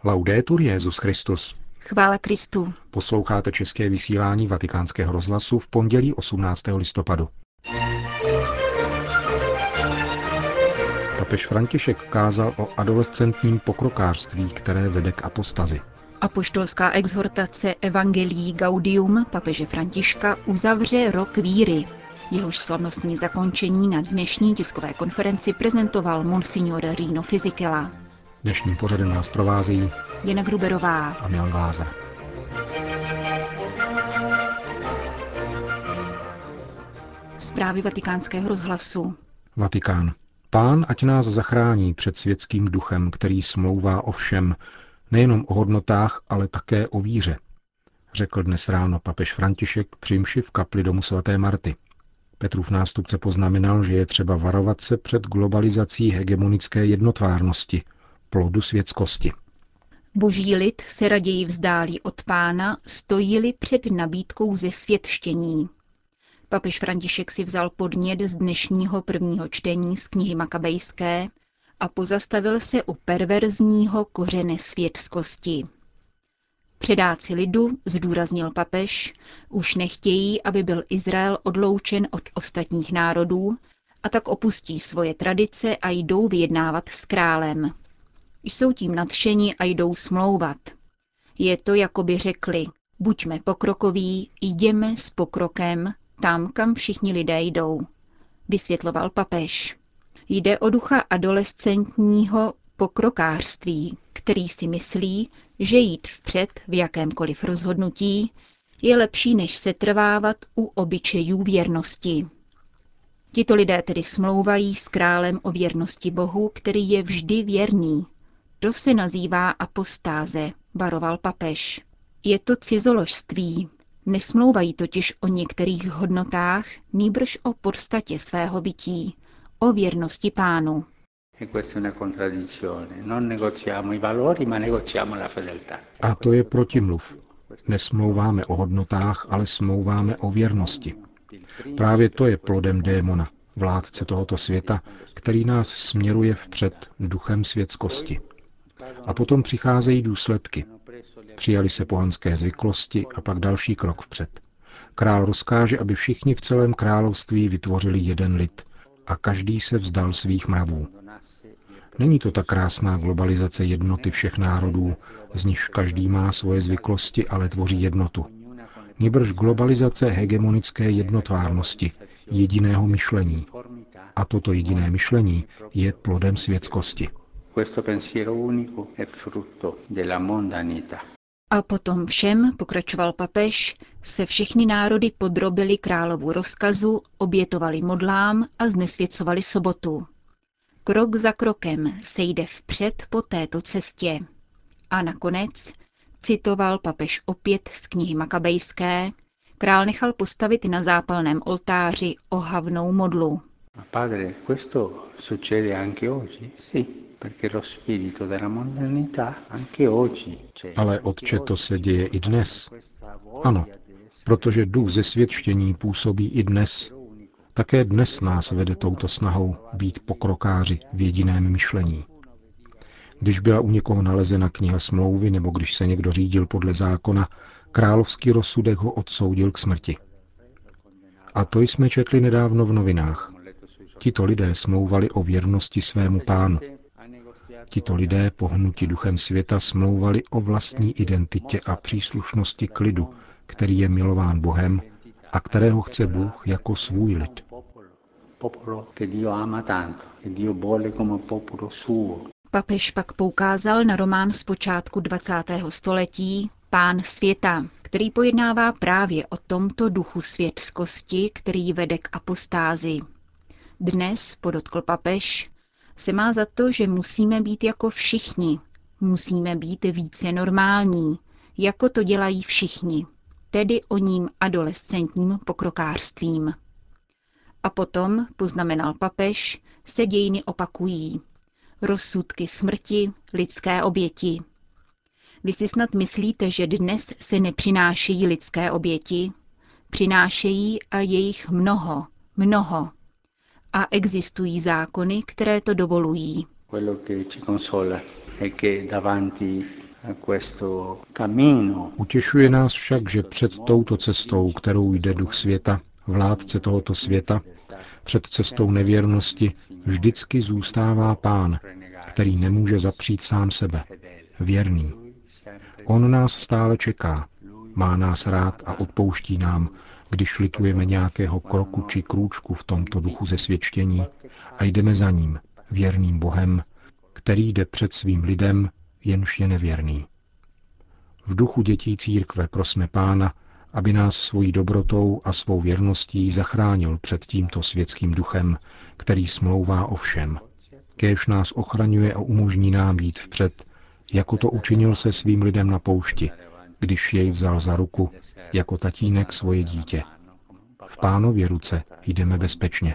Laudetur Jesus Christus. Chvála Kristu. Posloucháte české vysílání Vatikánského rozhlasu v pondělí 18. listopadu. Papež František kázal o adolescentním pokrokářství, které vede k apostazi. Apoštolská exhortace Evangelii Gaudium papeže Františka uzavře rok víry. Jehož slavnostní zakončení na dnešní tiskové konferenci prezentoval monsignor Rino Fisichella. Dnešním pořadem nás provázejí Jana Gruberová a Milan Glázer. Zprávy Vatikánského rozhlasu. Vatikán. Pán ať nás zachrání před světským duchem, který smlouvá o všem, nejenom o hodnotách, ale také o víře, řekl dnes ráno papež František při mši v kapli domu svaté Marty. Petrův nástupce poznamenal, že je třeba varovat se před globalizací hegemonické jednotvárnosti, plodu světskosti. Boží lid se raději vzdálí od Pána, stojí-li před nabídkou zesvětštění. Papež František si vzal podnět z dnešního prvního čtení z knihy Makabejské a pozastavil se u perverzního kořene světskosti. Předáci lidu, zdůraznil papež, už nechtějí, aby byl Izrael odloučen od ostatních národů, a tak opustí svoje tradice a jdou vyjednávat s králem. Jsou tím nadšeni a jdou smlouvat. Je to, jako by řekli, buďme pokrokoví, jdeme s pokrokem tam, kam všichni lidé jdou, vysvětloval papež. Jde o ducha adolescentního pokrokářství, který si myslí, že jít vpřed v jakémkoliv rozhodnutí je lepší, než setrvávat u obyčejů věrnosti. Tito lidé tedy smlouvají s králem o věrnosti Bohu, který je vždy věrný. To se nazývá apostáze, varoval papež. Je to cizoložství. Nesmlouvají totiž o některých hodnotách, nýbrž o podstatě svého bytí, o věrnosti Pánu. A to je protimluv. Nesmlouváme o hodnotách, ale smlouváme o věrnosti. Právě to je plodem démona, vládce tohoto světa, který nás směruje vpřed duchem světskosti. A potom přicházejí důsledky. Přijali se pohanské zvyklosti a pak další krok vpřed. Král rozkáže, aby všichni v celém království vytvořili jeden lid a každý se vzdal svých mravů. Není to ta krásná globalizace jednoty všech národů, z nichž každý má svoje zvyklosti, ale tvoří jednotu. Nýbrž globalizace hegemonické jednotvárnosti, jediného myšlení. A toto jediné myšlení je plodem světskosti. A potom všem, pokračoval papež, se všechny národy podrobili královu rozkazu, obětovali modlám a znesvěcovali sobotu. Krok za krokem se jde vpřed po této cestě. A nakonec, citoval papež opět z knihy Makabejské, král nechal postavit na zápalném oltáři ohavnou modlu. Ale otče, to se děje i dnes. Ano, protože duch zesvětštění působí i dnes. Také dnes nás vede touto snahou být pokrokáři v jediném myšlení. Když byla u někoho nalezena kniha smlouvy nebo když se někdo řídil podle zákona, královský rozsudek ho odsoudil k smrti. A to jsme četli nedávno v novinách. Tito lidé smlouvali o věrnosti svému Pánu. Tito lidé, pohnuti duchem světa, smlouvali o vlastní identitě a příslušnosti k lidu, který je milován Bohem a kterého chce Bůh jako svůj lid. Papež pak poukázal na román z počátku 20. století Pán světa, který pojednává právě o tomto duchu světskosti, který vede k apostázi. Dnes, podotkl papež, se má za to, že musíme být jako všichni, musíme být více normální, jako to dělají všichni, tedy oním adolescentním pokrokářstvím. A potom, poznamenal papež, se dějiny opakují. Rozsudky smrti, lidské oběti. Vy si snad myslíte, že dnes se nepřinášejí lidské oběti? Přinášejí a je jich mnoho, mnoho. A existují zákony, které to dovolují. Utěšuje nás však, že před touto cestou, kterou jde duch světa, vládce tohoto světa, před cestou nevěrnosti vždycky zůstává Pán, který nemůže zapřít sám sebe, věrný. On nás stále čeká, má nás rád a odpouští nám, když litujeme nějakého kroku či krůčku v tomto duchu zesvědčení a jdeme za ním, věrným Bohem, který jde před svým lidem, jenž je nevěrný. V duchu dětí církve prosme Pána, aby nás svojí dobrotou a svou věrností zachránil před tímto světským duchem, který smlouvá o všem. Kéž nás ochraňuje a umožní nám jít vpřed, jako to učinil se svým lidem na poušti, když jej vzal za ruku, jako tatínek svoje dítě. V Pánově ruce jdeme bezpečně.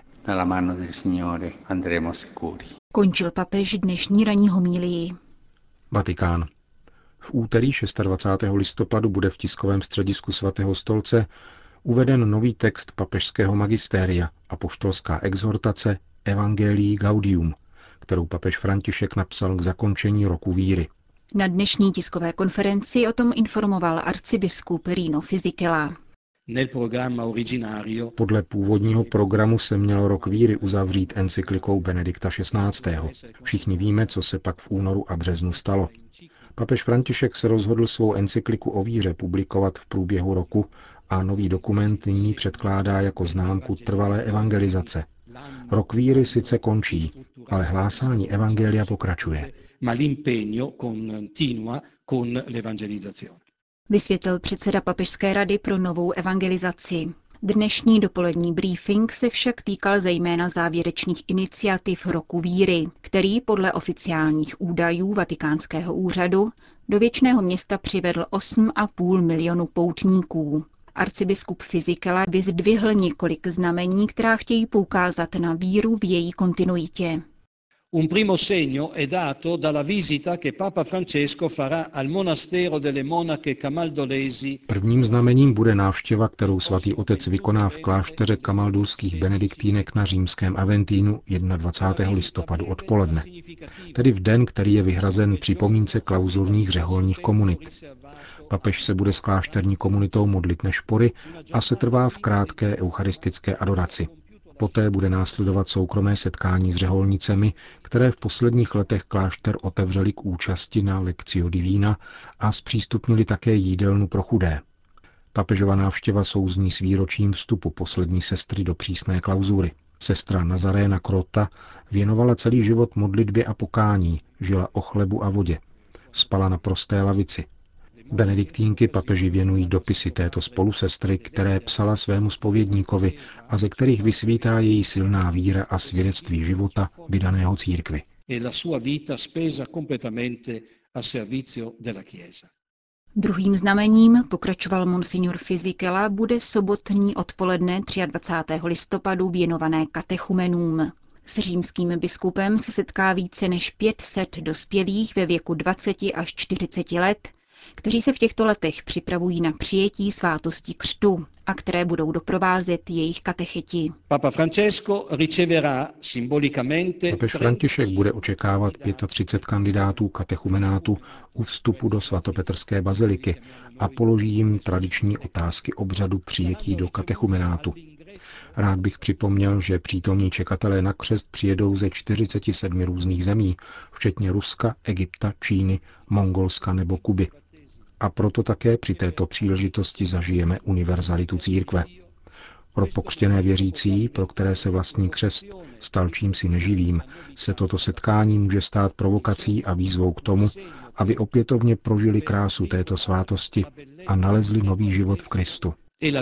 Končil papež dnešní ranní homílii. Vatikán. V úterý 26. listopadu bude v tiskovém středisku svatého stolce uveden nový text papežského magistéria, apoštolská exhortace Evangelii Gaudium, kterou papež František napsal k zakončení roku víry. Na dnešní tiskové konferenci o tom informoval arcibiskup Rino Fisichella. Podle původního programu se měl rok víry uzavřít encyklikou Benedikta XVI. Všichni víme, co se pak v únoru a březnu stalo. Papež František se rozhodl svou encykliku o víře publikovat v průběhu roku a nový dokument nyní předkládá jako známku trvalé evangelizace. Rok víry sice končí, ale hlásání evangelia pokračuje. Vysvětlil předseda Papežské rady pro novou evangelizaci. Dnešní dopolední briefing se však týkal zejména závěrečných iniciativ roku víry, který podle oficiálních údajů Vatikánského úřadu do věčného města přivedl 8,5 milionu poutníků. Arcibiskup Fisichella vyzdvihl několik znamení, která chtějí poukázat na víru v její kontinuitě. Un primo segno è dato dalla visita che Papa Francesco farà al monastero delle monache camaldolesi. Prvním znamením bude návštěva, kterou svatý otec vykoná v klášteře kamaldulských benediktínek na římském Aventínu 21. listopadu odpoledne, tedy v den, který je vyhrazen připomínce klauzurních řeholních komunit. Papež se bude s klášterní komunitou modlit nešpory a setrvá v krátké eucharistické adoraci. Poté bude následovat soukromé setkání s řeholnicemi, které v posledních letech klášter otevřeli k účasti na Lectio Divina a zpřístupnili také jídelnu pro chudé. Papežova návštěva souzní s výročím vstupu poslední sestry do přísné klauzury. Sestra Nazaréna Crota věnovala celý život modlitbě a pokání, žila o chlebu a vodě. Spala na prosté lavici. Benediktínky papeži věnují dopisy této spolusestry, které psala svému zpovědníkovi a ze kterých vysvítá její silná víra a svědectví života vydaného církvi. Druhým znamením, pokračoval monsignor Fisichella, bude sobotní odpoledne 23. listopadu věnované katechumenům. S římským biskupem se setká více než 500 dospělých ve věku 20 až 40 let, kteří se v těchto letech připravují na přijetí svátosti křtu a které budou doprovázet jejich katecheti. Papež František bude očekávat 35 kandidátů katechumenátu u vstupu do svatopetrské baziliky a položí jim tradiční otázky obřadu přijetí do katechumenátu. Rád bych připomněl, že přítomní čekatelé na křest přijedou ze 47 různých zemí, včetně Ruska, Egypta, Číny, Mongolska nebo Kuby. A proto také při této příležitosti zažijeme univerzalitu církve. Pro pokřtěné věřící, pro které se vlastní křest stal čímsi neživým, se toto setkání může stát provokací a výzvou k tomu, aby opětovně prožili krásu této svátosti a nalezli nový život v Kristu.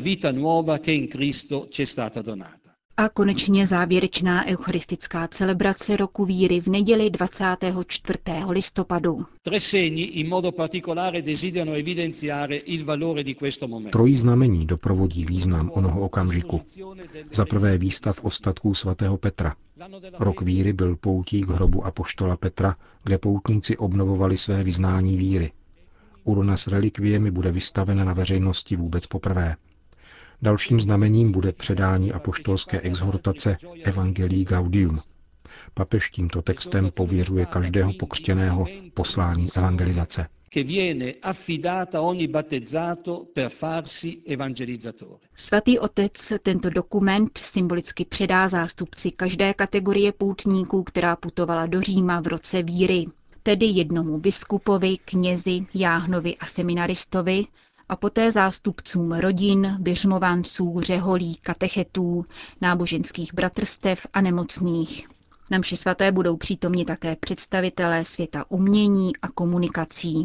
A konečně závěrečná eucharistická celebrace roku víry v neděli 24. listopadu. Trojí znamení doprovodí význam onoho okamžiku. Za prvé výstav ostatků svatého Petra. Rok víry byl poutí k hrobu apoštola Petra, kde poutníci obnovovali své vyznání víry. Urna s relikviemi bude vystavena na veřejnosti vůbec poprvé. Dalším znamením bude předání apoštolské exhortace Evangelii Gaudium. Papež tímto textem pověřuje každého pokřtěného posláním evangelizace. Svatý otec tento dokument symbolicky předá zástupci každé kategorie poutníků, která putovala do Říma v roce víry, tedy jednomu biskupovi, knězi, jáhnovi a seminaristovi, a poté zástupcům rodin, běžmovanců, řeholí, katechetů, náboženských bratrstev a nemocných. Na mši svaté budou přítomni také představitelé světa umění a komunikací.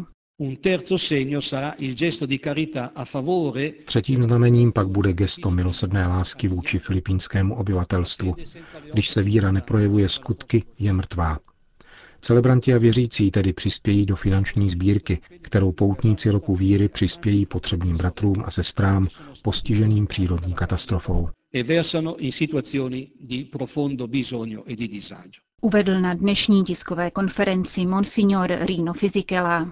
Třetím znamením pak bude gesto milosrdné lásky vůči filipínskému obyvatelstvu. Když se víra neprojevuje skutky, je mrtvá. Celebranti a věřící tedy přispějí do finanční sbírky, kterou poutníci roku víry přispějí potřebným bratrům a sestrám postiženým přírodní katastrofou. Uvedl na dnešní tiskové konferenci monsignor Rino Fisichella.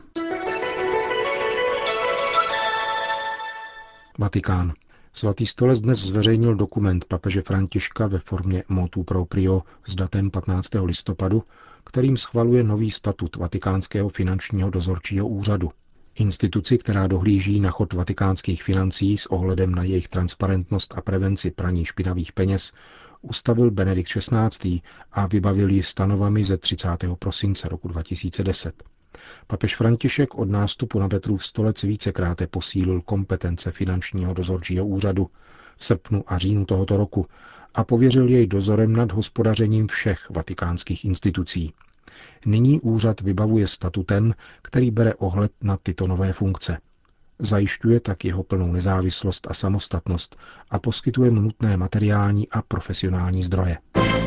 Vatikán. Svatý stolec dnes zveřejnil dokument papeže Františka ve formě motu proprio s datem 15. listopadu, kterým schvaluje nový statut Vatikánského finančního dozorčího úřadu. Instituci, která dohlíží na chod vatikánských financí s ohledem na jejich transparentnost a prevenci praní špinavých peněz, ustavil Benedikt XVI. A vybavil ji stanovami ze 30. prosince roku 2010. Papež František od nástupu na Petrův stolec vícekráte posílil kompetence finančního dozorčího úřadu v srpnu a říjnu tohoto roku a pověřil jej dozorem nad hospodařením všech vatikánských institucí. Nyní úřad vybavuje statutem, který bere ohled na tyto nové funkce. Zajišťuje tak jeho plnou nezávislost a samostatnost a poskytuje mu nutné materiální a profesionální zdroje.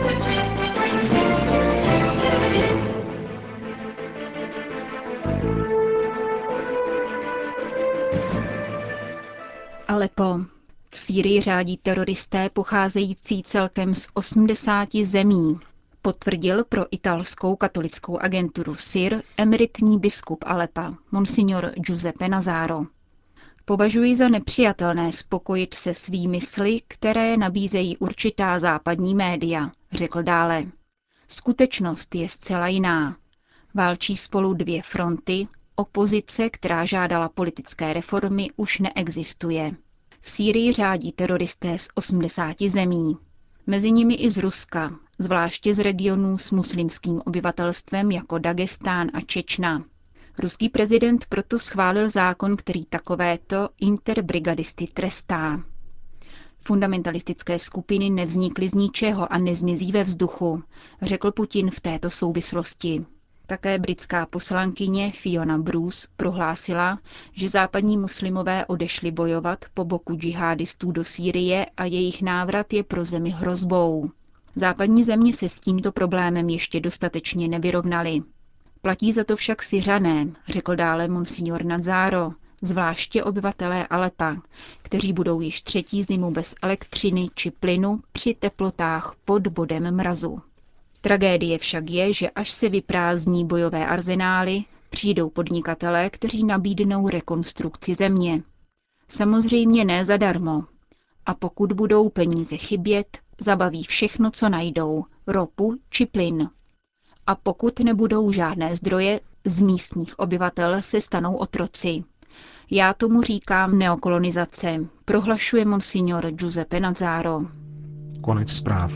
Alepo. V Sýrii řádí teroristé pocházející celkem z 80 zemí, potvrdil pro italskou katolickou agenturu SIR emeritní biskup Alepa, monsignor Giuseppe Nazaro. Považuji za nepřijatelné spokojit se svými sly, které nabízejí určitá západní média, řekl dále. Skutečnost je zcela jiná. Válčí spolu dvě fronty, opozice, která žádala politické reformy, už neexistuje. V Sýrii řádí teroristé z 80 zemí. Mezi nimi i z Ruska, zvláště z regionů s muslimským obyvatelstvem jako Dagestán a Čečna. Ruský prezident proto schválil zákon, který takovéto interbrigadisty trestá. Fundamentalistické skupiny nevznikly z ničeho a nezmizí ve vzduchu, řekl Putin v této souvislosti. Také britská poslankyně Fiona Bruce prohlásila, že západní muslimové odešli bojovat po boku džihádistů do Sýrie a jejich návrat je pro zemi hrozbou. Západní země se s tímto problémem ještě dostatečně nevyrovnaly. Platí za to však Syřané, řekl dále monsignor Nazaro, zvláště obyvatelé Alepa, kteří budou již třetí zimu bez elektřiny či plynu při teplotách pod bodem mrazu. Tragédie však je, že až se vyprázdní bojové arzenály, přijdou podnikatelé, kteří nabídnou rekonstrukci země. Samozřejmě ne zadarmo. A pokud budou peníze chybět, zabaví všechno, co najdou, ropu či plyn. A pokud nebudou žádné zdroje, z místních obyvatel se stanou otroci. Já tomu říkám neokolonizace, prohlašuje monsignor Giuseppe Nazaro. Konec zpráv.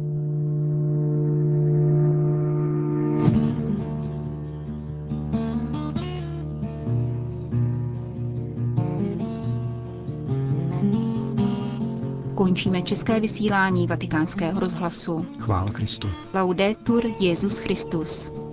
Končíme české vysílání Vatikánského rozhlasu. Chvála Kristu. Laudetur Jesus Christus.